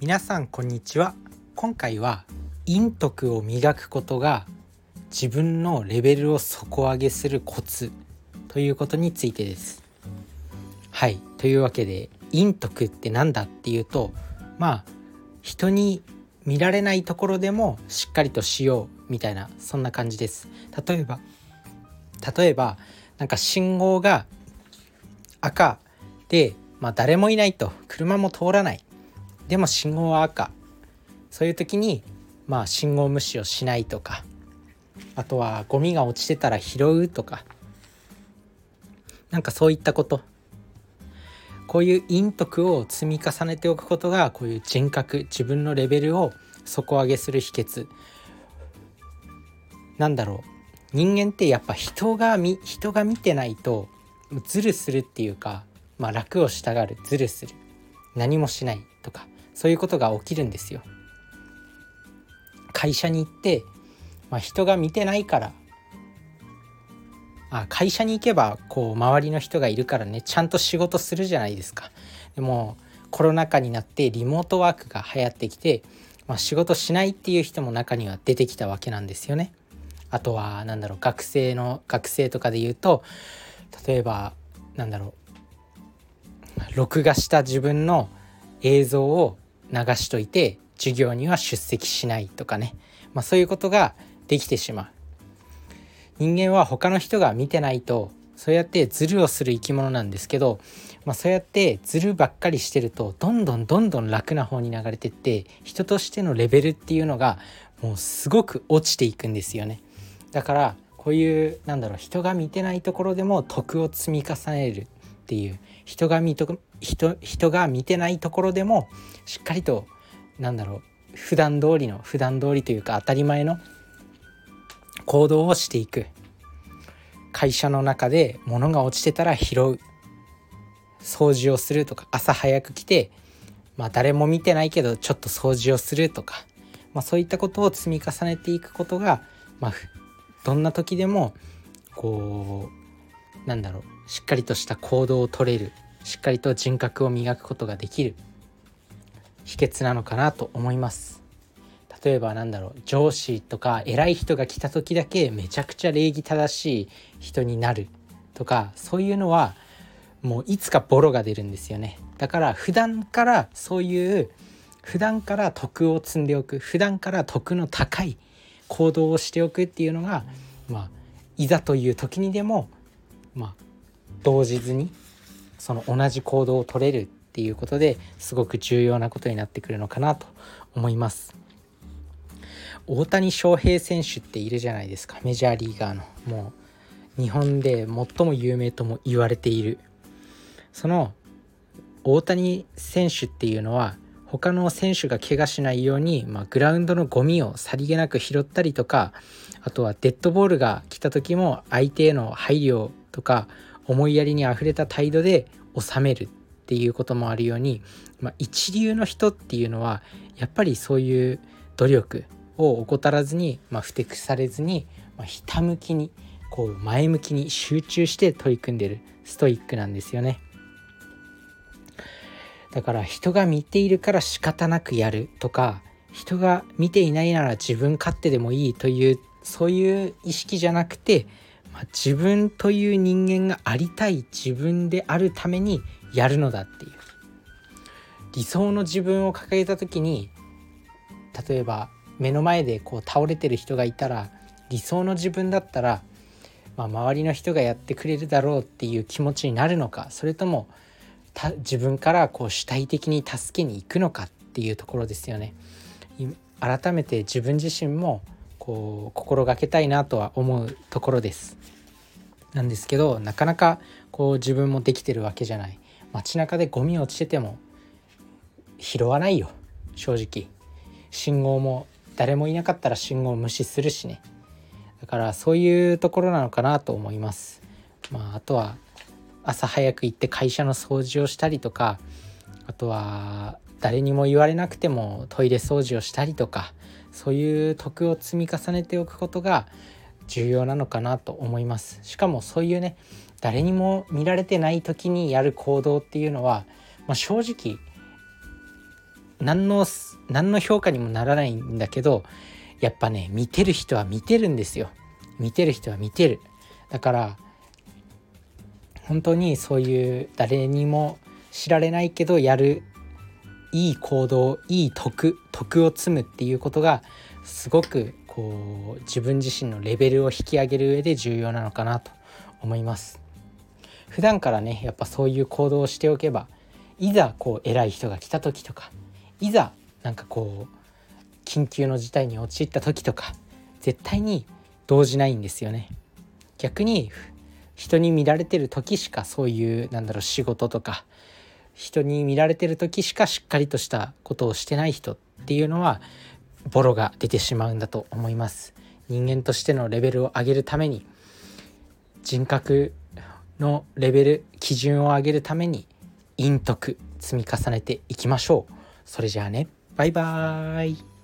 皆さんこんにちは。今回は陰徳を磨くことが自分のレベルを底上げするコツということについてです。はい、というわけで陰徳ってなんだっていうと、人に見られないところでもしっかりとしようみたいな、そんな感じです。例えばなんか信号が赤で、誰もいないと、車も通らない、でも信号は赤、そういう時に信号無視をしないとか、あとはゴミが落ちてたら拾うとか、なんかそういったこと、こういう陰徳を積み重ねておくことが、こういう人格、自分のレベルを底上げする秘訣なんだろう。人間ってやっぱ人が見てないとズルするっていうか、楽をしたがる、ズルする、何もしないとか、そういうことが起きるんですよ。会社に行って、人が見てないから、会社に行けば周りの人がいるからね、ちゃんと仕事するじゃないですか。でもコロナ禍になってリモートワークが流行ってきて、仕事しないっていう人も中には出てきたわけなんですよね。あとは学生とかで言うと、例えば録画した自分の映像を流しといて授業には出席しないとかね、そういうことができてしまう。人間は他の人が見てないとそうやってズルをする生き物なんですけど、そうやってズルばっかりしてるとどんどん楽な方に流れてって、人としてのレベルっていうのがもうすごく落ちていくんですよね。だからこういう人が見てないところでも徳を積み重ねるっていう、人が見てないところでもしっかりと普段通りというか当たり前の行動をしていく。会社の中で物が落ちてたら拾う、掃除をするとか、朝早く来て誰も見てないけどちょっと掃除をするとか、そういったことを積み重ねていくことが、どんな時でもしっかりとした行動を取れる、しっかりと人格を磨くことができる秘訣なのかなと思います。例えば上司とか偉い人が来た時だけめちゃくちゃ礼儀正しい人になるとか、そういうのはもういつかボロが出るんですよね。だから普段から徳を積んでおく、普段から徳の高い行動をしておくっていうのが、いざという時にでも動じずにその同じ行動を取れるっていうことで、すごく重要なことになってくるのかなと思います。大谷翔平選手っているじゃないですか。メジャーリーガーの、もう日本で最も有名とも言われている、その大谷選手っていうのは、他の選手が怪我しないように、グラウンドのゴミをさりげなく拾ったりとか、あとはデッドボールが来た時も相手への配慮とか思いやりにあふれた態度で収めるっていうこともあるように、一流の人っていうのはやっぱりそういう努力を怠らずに、ふてくされずに、ひたむきに前向きに集中して取り組んでるストイックなんですよね。だから人が見ているから仕方なくやるとか、人が見ていないなら自分勝手でもいいという、そういう意識じゃなくて、自分という人間がありたい自分であるためにやるのだっていう理想の自分を掲げた時に、例えば目の前で倒れてる人がいたら、理想の自分だったら、周りの人がやってくれるだろうっていう気持ちになるのか、それとも自分から主体的に助けに行くのかっていうところですよね。改めて自分自身も心がけたいなとは思うところなんですけど、なかなか自分もできてるわけじゃない。街中でゴミ落ちてても拾わないよ、正直。信号も誰もいなかったら信号を無視するしね。だからそういうところなのかなと思います。あとは朝早く行って会社の掃除をしたりとか、あとは誰にも言われなくてもトイレ掃除をしたりとか、そういう徳を積み重ねておくことが重要なのかなと思います。しかもそういうね、誰にも見られてない時にやる行動っていうのは、正直何の評価にもならないんだけど、やっぱね見てる人は見てるんですよ。見てる人は見てる。だから本当にそういう誰にも知られないけどやるいい行動、いい徳を積むっていうことがすごくこう自分自身のレベルを引き上げる上で重要なのかなと思います。普段からねやっぱそういう行動をしておけば、いざこう偉い人が来た時とか、いざなんかこう緊急の事態に陥った時とか絶対に動じないんですよね。逆に人に見られてる時しかそういう仕事とか人に見られてる時しかしっかりとしたことをしてない人っていうのはボロが出てしまうんだと思います。人間としてのレベルを上げるために、人格のレベル基準を上げるために陰徳積み重ねていきましょう。それじゃあね、バイバーイ。